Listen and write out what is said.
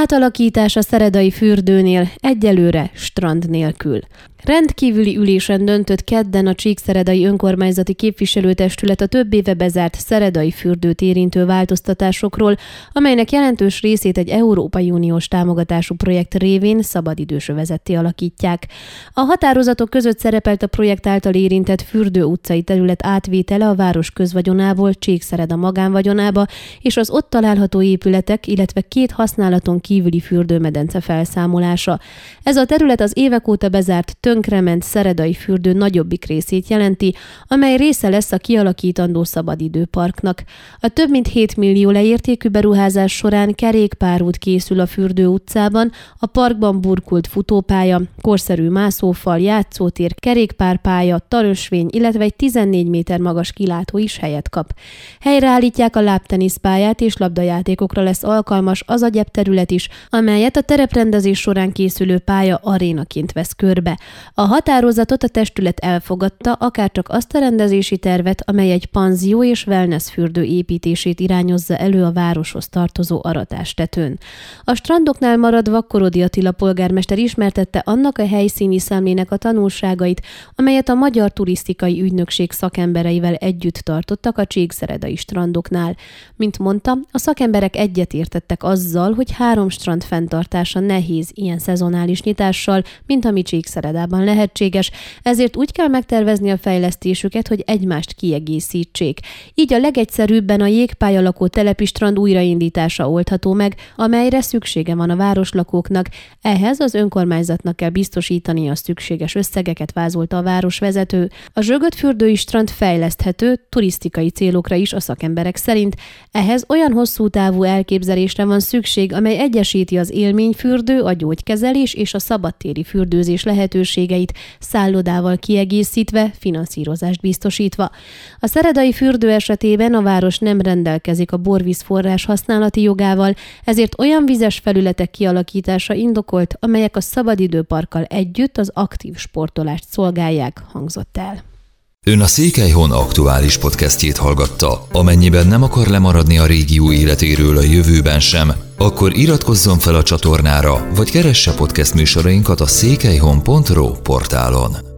Átalakítás a Szeredai fürdőnél, egyelőre strand nélkül. Rendkívüli ülésen döntött kedden a Csíkszeredai önkormányzati képviselőtestület a több éve bezárt Szeredai fürdőt érintő változtatásokról, amelynek jelentős részét egy Európai Uniós támogatású projekt révén szabadidős övezetté alakítják. A határozatok között szerepelt a projekt által érintett Fürdő utcai terület átvétele a város közvagyonából Csíkszereda magánvagyonába, és az ott található épületek, illetve 2 használaton kívüli fürdőmedence felszámolása. Ez a terület az évek óta bezárt tönkrement Szeredai fürdő nagyobbik részét jelenti, amely része lesz a kialakítandó szabadidőparknak. A több mint 7 millió leértékű beruházás során kerékpárút készül a Fürdő utcában, a parkban burkolt futópálya, korszerű mászófal, játszótér, kerékpárpálya, tanösvény, illetve egy 14 méter magas kilátó is helyet kap. Helyreállítják a lábteniszpályát és labdajátékokra lesz alkalmas az a gyepterület is, amelyet a tereprendezés során készülő pálya arénaként vesz körbe. A határozatot a testület elfogadta, akárcsak azt a rendezési tervet, amely egy panzió és wellness fürdő építését irányozza elő a városhoz tartozó Aratástetőn. A strandoknál maradva Korodi Attila polgármester ismertette annak a helyszíni szemlének a tanulságait, amelyet a Magyar Turisztikai Ügynökség szakembereivel együtt tartottak a csíkszeredai strandoknál. Mint mondta, a szakemberek egyetértettek azzal, hogy 3 strand fenntartása nehéz ilyen szezonális nyitással, mint ami Csíkszeredában lehetséges, ezért úgy kell megtervezni a fejlesztésüket, hogy egymást kiegészítsék. Így a legegyszerűbben a jégpálya lakó telepi strand újraindítása oldható meg, amelyre szüksége van a városlakóknak. Ehhez az önkormányzatnak kell biztosítani a szükséges összegeket, vázolta a városvezető. A Zsögöt-fürdői strand fejleszthető turisztikai célokra is a szakemberek szerint. Ehhez olyan hosszú távú elképzelésre van szükség, amely egyesíti az élményfürdő, a gyógykezelés és a szabadtéri fürdőzés lehetőségeit, szállodával kiegészítve, finanszírozást biztosítva. A Szeredai fürdő esetében a város nem rendelkezik a borvízforrás használati jogával, ezért olyan vizes felületek kialakítása indokolt, amelyek a szabadidőparkkal együtt az aktív sportolást szolgálják, hangzott el. Ön a Székelyhon aktuális podcastjét hallgatta. Amennyiben nem akar lemaradni a régió életéről a jövőben sem, akkor iratkozzon fel a csatornára, vagy keresse podcast műsorainkat a székelyhon.ro portálon.